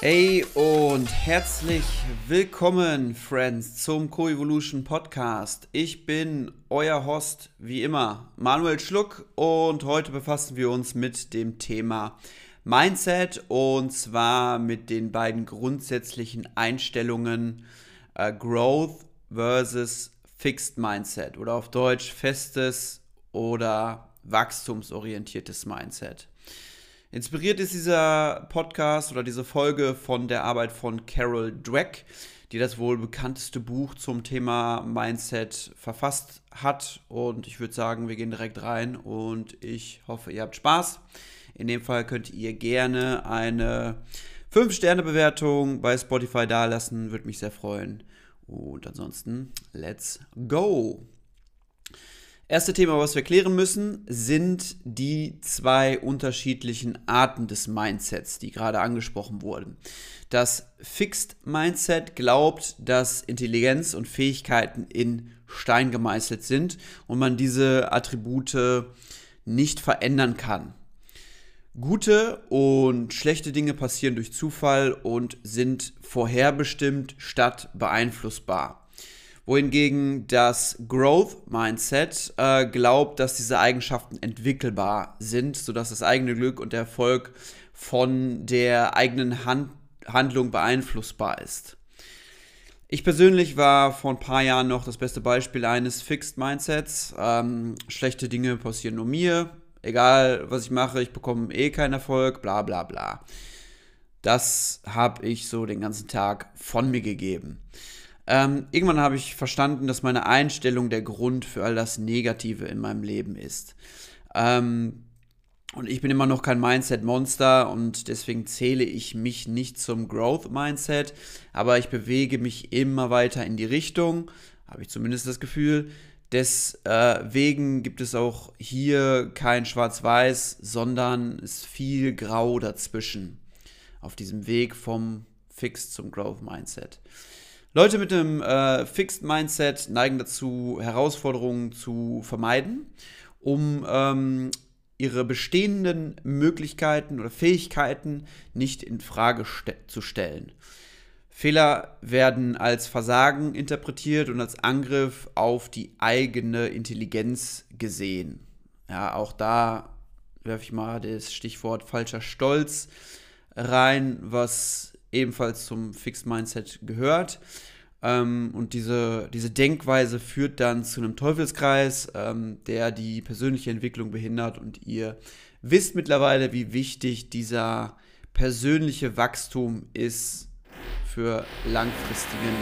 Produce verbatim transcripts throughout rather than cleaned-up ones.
Hey und herzlich willkommen, Friends, zum Coevolution Podcast. Ich bin euer Host, wie immer, Manuel Schluck, und heute befassen wir uns mit dem Thema Mindset, und zwar mit den beiden grundsätzlichen Einstellungen äh, Growth versus Fixed Mindset oder auf Deutsch festes oder wachstumsorientiertes Mindset. Inspiriert ist dieser Podcast oder diese Folge von der Arbeit von Carol Dweck, die das wohl bekannteste Buch zum Thema Mindset verfasst hat. Und ich würde sagen, wir gehen direkt rein und ich hoffe, ihr habt Spaß. In dem Fall könnt ihr gerne eine fünf Sterne Bewertung bei Spotify dalassen, würde mich sehr freuen. Und ansonsten, let's go! Erste Thema, was wir klären müssen, sind die zwei unterschiedlichen Arten des Mindsets, die gerade angesprochen wurden. Das Fixed Mindset glaubt, dass Intelligenz und Fähigkeiten in Stein gemeißelt sind und man diese Attribute nicht verändern kann. Gute und schlechte Dinge passieren durch Zufall und sind vorherbestimmt statt beeinflussbar. Wohingegen das Growth Mindset äh, glaubt, dass diese Eigenschaften entwickelbar sind, sodass das eigene Glück und der Erfolg von der eigenen Hand- Handlung beeinflussbar ist. Ich persönlich war vor ein paar Jahren noch das beste Beispiel eines Fixed Mindsets. Ähm, schlechte Dinge passieren nur mir, egal was ich mache, ich bekomme eh keinen Erfolg, bla bla bla. Das habe ich so den ganzen Tag von mir gegeben. Ähm, irgendwann habe ich verstanden, dass meine Einstellung der Grund für all das Negative in meinem Leben ist. Ähm, und ich bin immer noch kein Mindset-Monster und deswegen zähle ich mich nicht zum Growth-Mindset, aber ich bewege mich immer weiter in die Richtung, habe ich zumindest das Gefühl. Deswegen gibt es auch hier kein Schwarz-Weiß, sondern es ist viel Grau dazwischen auf diesem Weg vom Fixed zum Growth-Mindset. Leute mit einem äh, Fixed Mindset neigen dazu, Herausforderungen zu vermeiden, um ähm, ihre bestehenden Möglichkeiten oder Fähigkeiten nicht in Frage ste- zu stellen. Fehler werden als Versagen interpretiert und als Angriff auf die eigene Intelligenz gesehen. Ja, auch da werfe ich mal das Stichwort falscher Stolz rein, was ebenfalls zum Fixed Mindset gehört. Ähm, und diese, diese Denkweise führt dann zu einem Teufelskreis, ähm, der die persönliche Entwicklung behindert. Und ihr wisst mittlerweile, wie wichtig dieser persönliche Wachstum ist für langfristigen.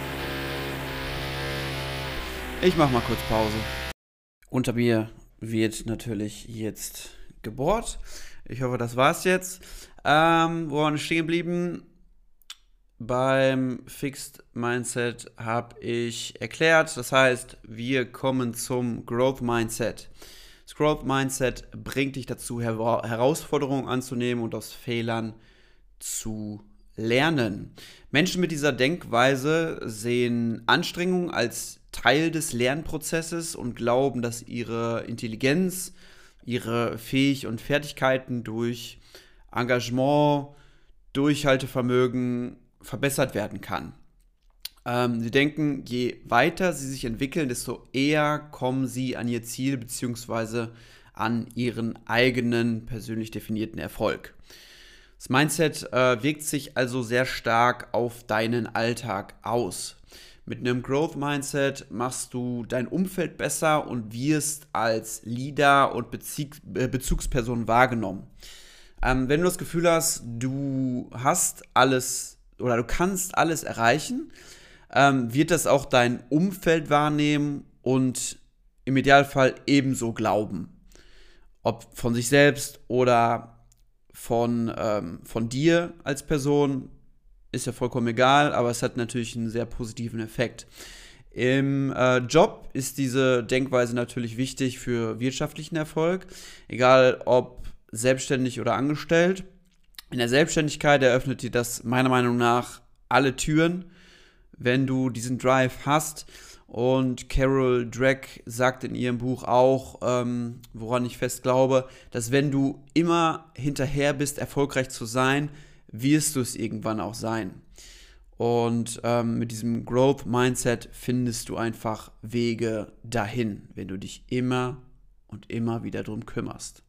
Ich mache mal kurz Pause. Unter mir wird natürlich jetzt gebohrt. Ich hoffe, das war's jetzt. Ähm, wo waren wir stehen geblieben? Beim Fixed Mindset habe ich erklärt, das heißt, wir kommen zum Growth Mindset. Das Growth Mindset bringt dich dazu, Her- Herausforderungen anzunehmen und aus Fehlern zu lernen. Menschen mit dieser Denkweise sehen Anstrengungen als Teil des Lernprozesses und glauben, dass ihre Intelligenz, ihre Fähigkeiten und Fertigkeiten durch Engagement, Durchhaltevermögen verbessert werden kann. Ähm, sie denken, je weiter sie sich entwickeln, desto eher kommen sie an ihr Ziel bzw. an ihren eigenen persönlich definierten Erfolg. Das Mindset äh, wirkt sich also sehr stark auf deinen Alltag aus. Mit einem Growth Mindset machst du dein Umfeld besser und wirst als Leader und Bezieh- äh, Bezugsperson wahrgenommen. Ähm, wenn du das Gefühl hast, du hast alles oder du kannst alles erreichen, ähm, wird das auch dein Umfeld wahrnehmen und im Idealfall ebenso glauben. Ob von sich selbst oder von, ähm, von dir als Person, ist ja vollkommen egal, aber es hat natürlich einen sehr positiven Effekt. Im äh, Job ist diese Denkweise natürlich wichtig für wirtschaftlichen Erfolg, egal ob selbstständig oder angestellt. In der Selbstständigkeit eröffnet dir das meiner Meinung nach alle Türen, wenn du diesen Drive hast. Und Carol Dweck sagt in ihrem Buch auch, ähm, woran ich fest glaube, dass wenn du immer hinterher bist, erfolgreich zu sein, wirst du es irgendwann auch sein. Und ähm, mit diesem Growth Mindset findest du einfach Wege dahin, wenn du dich immer und immer wieder drum kümmerst.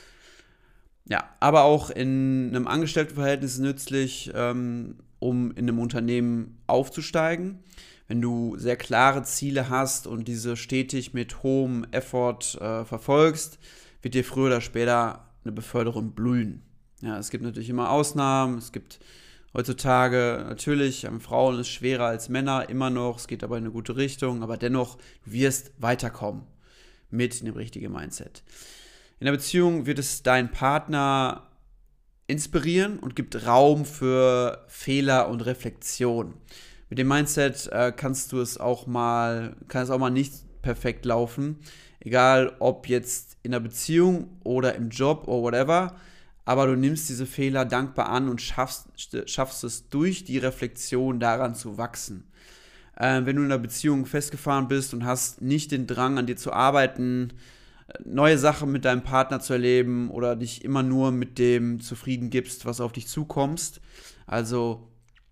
Ja, aber auch in einem Angestelltenverhältnis ist nützlich, ähm, um in einem Unternehmen aufzusteigen. Wenn du sehr klare Ziele hast und diese stetig mit hohem Effort äh, verfolgst, wird dir früher oder später eine Beförderung blühen. Ja, es gibt natürlich immer Ausnahmen. Es gibt heutzutage natürlich, haben Frauen es schwerer als Männer, immer noch. Es geht aber in eine gute Richtung. Aber dennoch, du wirst weiterkommen mit dem richtigen Mindset. In der Beziehung wird es deinen Partner inspirieren und gibt Raum für Fehler und Reflexion. Mit dem Mindset äh, kannst du es auch mal, kann es auch mal nicht perfekt laufen, egal ob jetzt in der Beziehung oder im Job oder whatever, aber du nimmst diese Fehler dankbar an und schaffst, schaffst es durch die Reflexion daran zu wachsen. Äh, wenn du in einer Beziehung festgefahren bist und hast nicht den Drang, an dir zu arbeiten, neue Sachen mit deinem Partner zu erleben oder dich immer nur mit dem zufrieden gibst, was auf dich zukommt, also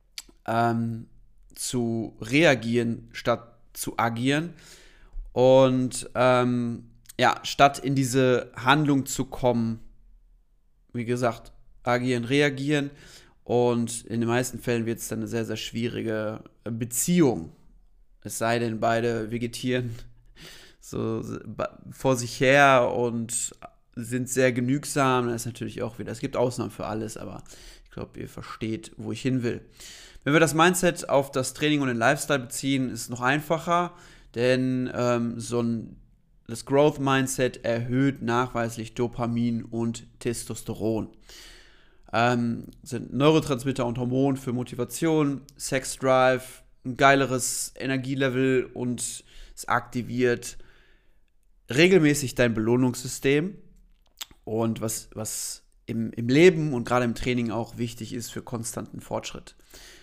ähm, zu reagieren statt zu agieren und ähm, ja, statt in diese Handlung zu kommen, wie gesagt, agieren, reagieren und in den meisten Fällen wird es dann eine sehr, sehr schwierige Beziehung, es sei denn, beide vegetieren so vor sich her und sind sehr genügsam. Das ist natürlich auch wieder, es gibt Ausnahmen für alles, aber ich glaube, ihr versteht, wo ich hin will. Wenn wir das Mindset auf das Training und den Lifestyle beziehen, ist es noch einfacher, denn ähm, so ein, das Growth Mindset erhöht nachweislich Dopamin und Testosteron. Ähm, sind Neurotransmitter und Hormone für Motivation, Sex Drive, ein geileres Energielevel und es aktiviert regelmäßig dein Belohnungssystem und was, was im, im Leben und gerade im Training auch wichtig ist für konstanten Fortschritt.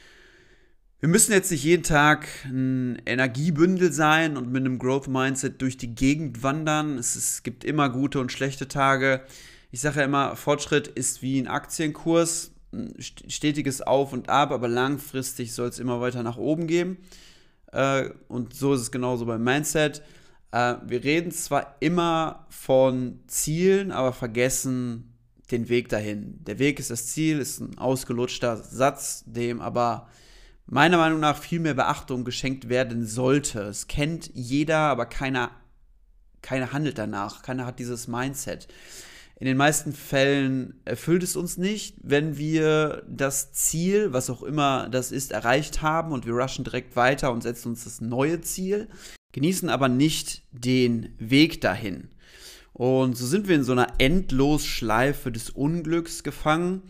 Wir müssen jetzt nicht jeden Tag ein Energiebündel sein und mit einem Growth Mindset durch die Gegend wandern. Es, es gibt immer gute und schlechte Tage. Ich sage ja immer, Fortschritt ist wie ein Aktienkurs, ein stetiges Auf und Ab, aber langfristig soll es immer weiter nach oben gehen. Äh, und so ist es genauso beim Mindset. Wir reden zwar immer von Zielen, aber vergessen den Weg dahin. Der Weg ist das Ziel, ist ein ausgelutschter Satz, dem aber meiner Meinung nach viel mehr Beachtung geschenkt werden sollte. Es kennt jeder, aber keiner, keiner handelt danach. Keiner hat dieses Mindset. In den meisten Fällen erfüllt es uns nicht, wenn wir das Ziel, was auch immer das ist, erreicht haben und wir rushen direkt weiter und setzen uns das neue Ziel, genießen aber nicht den Weg dahin. Und so sind wir in so einer Endlosschleife des Unglücks gefangen.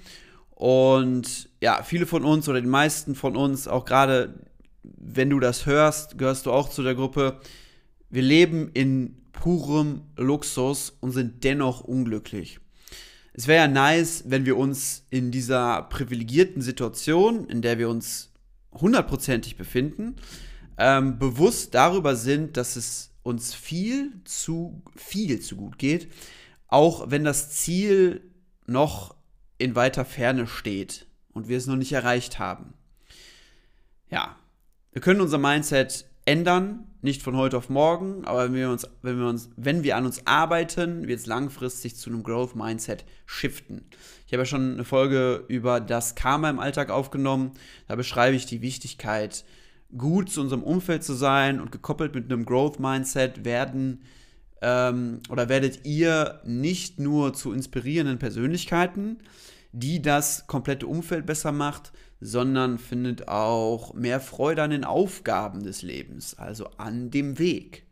Und ja, viele von uns oder die meisten von uns, auch gerade wenn du das hörst, gehörst du auch zu der Gruppe, wir leben in purem Luxus und sind dennoch unglücklich. Es wäre ja nice, wenn wir uns in dieser privilegierten Situation, in der wir uns hundertprozentig befinden, ähm, bewusst darüber sind, dass es uns viel zu viel zu gut geht, auch wenn das Ziel noch in weiter Ferne steht und wir es noch nicht erreicht haben. Ja, wir können unser Mindset ändern, nicht von heute auf morgen, aber wenn wir uns, wenn wir uns, wenn wir an uns arbeiten, wird es langfristig zu einem Growth Mindset shiften. Ich habe ja schon eine Folge über das Karma im Alltag aufgenommen. Da beschreibe ich die Wichtigkeit, gut zu unserem Umfeld zu sein, und gekoppelt mit einem Growth Mindset werden ähm, oder werdet ihr nicht nur zu inspirierenden Persönlichkeiten, die das komplette Umfeld besser macht, sondern findet auch mehr Freude an den Aufgaben des Lebens, also an dem Weg.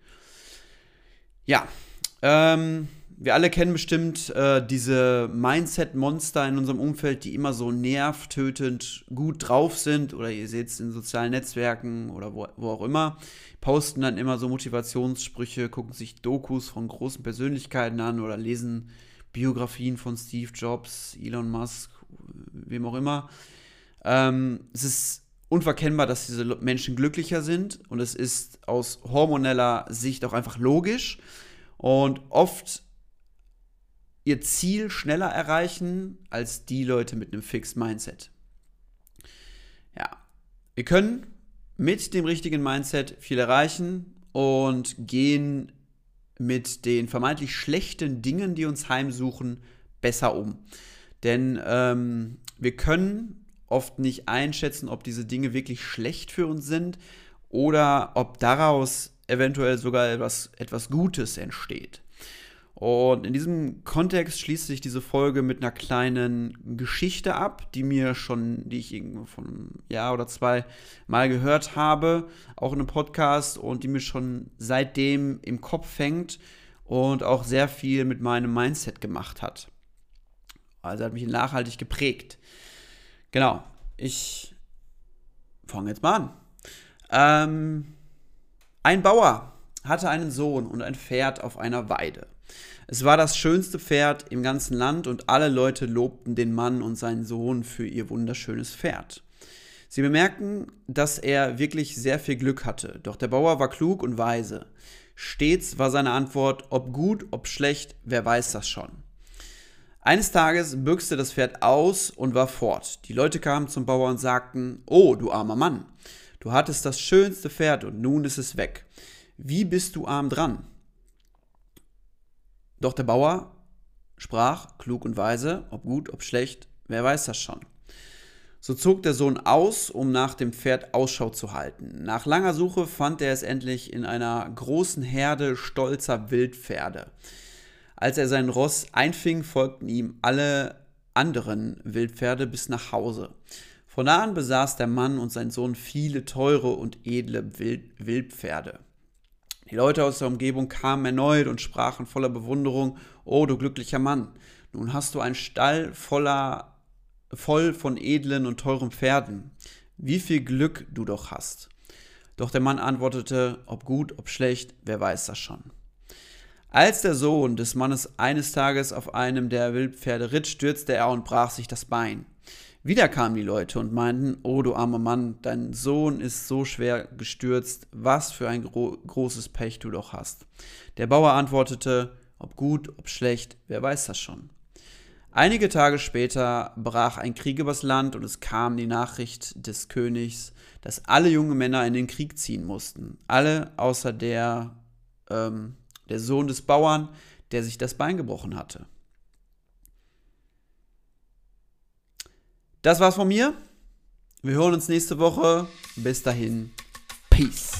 Ja, ähm, wir alle kennen bestimmt äh, diese Mindset-Monster in unserem Umfeld, die immer so nervtötend gut drauf sind, oder ihr seht es in sozialen Netzwerken oder wo, wo auch immer, posten dann immer so Motivationssprüche, gucken sich Dokus von großen Persönlichkeiten an oder lesen Biografien von Steve Jobs, Elon Musk, wem auch immer. Ähm, es ist unverkennbar, dass diese Menschen glücklicher sind, und es ist aus hormoneller Sicht auch einfach logisch und oft ihr Ziel schneller erreichen als die Leute mit einem Fixed Mindset. Wir können mit dem richtigen Mindset viel erreichen und gehen mit den vermeintlich schlechten Dingen, die uns heimsuchen, besser um. Denn ähm, wir können oft nicht einschätzen, ob diese Dinge wirklich schlecht für uns sind oder ob daraus eventuell sogar etwas, etwas Gutes entsteht. Und in diesem Kontext schließt sich diese Folge mit einer kleinen Geschichte ab, die mir schon, die ich irgendwo von einem Jahr oder zwei mal gehört habe, auch in einem Podcast und die mir schon seitdem im Kopf hängt und auch sehr viel mit meinem Mindset gemacht hat. Also hat mich nachhaltig geprägt. Genau, ich fange jetzt mal an. Ähm, ein Bauer hatte einen Sohn und ein Pferd auf einer Weide. Es war das schönste Pferd im ganzen Land und alle Leute lobten den Mann und seinen Sohn für ihr wunderschönes Pferd. Sie bemerkten, dass er wirklich sehr viel Glück hatte, doch der Bauer war klug und weise. Stets war seine Antwort, ob gut, ob schlecht, wer weiß das schon. Eines Tages büchste das Pferd aus und war fort. Die Leute kamen zum Bauer und sagten, oh, du armer Mann, du hattest das schönste Pferd und nun ist es weg. Wie bist du arm dran? Doch der Bauer sprach, klug und weise, ob gut, ob schlecht, wer weiß das schon. So zog der Sohn aus, um nach dem Pferd Ausschau zu halten. Nach langer Suche fand er es endlich in einer großen Herde stolzer Wildpferde. Als er sein Ross einfing, folgten ihm alle anderen Wildpferde bis nach Hause. Von da an besaß der Mann und sein Sohn viele teure und edle Wild- Wildpferde. Die Leute aus der Umgebung kamen erneut und sprachen voller Bewunderung, oh, du glücklicher Mann, nun hast du einen Stall voller, voll von edlen und teuren Pferden. Wie viel Glück du doch hast. Doch der Mann antwortete, ob gut, ob schlecht, wer weiß das schon. Als der Sohn des Mannes eines Tages auf einem der Wildpferde ritt, stürzte er und brach sich das Bein. Wieder kamen die Leute und meinten, oh du armer Mann, dein Sohn ist so schwer gestürzt, was für ein gro- großes Pech du doch hast. Der Bauer antwortete, ob gut, ob schlecht, wer weiß das schon. Einige Tage später brach ein Krieg übers Land und es kam die Nachricht des Königs, dass alle junge Männer in den Krieg ziehen mussten. Alle außer der, ähm, der Sohn des Bauern, der sich das Bein gebrochen hatte. Das war's von mir. Wir hören uns nächste Woche. Bis dahin. Peace.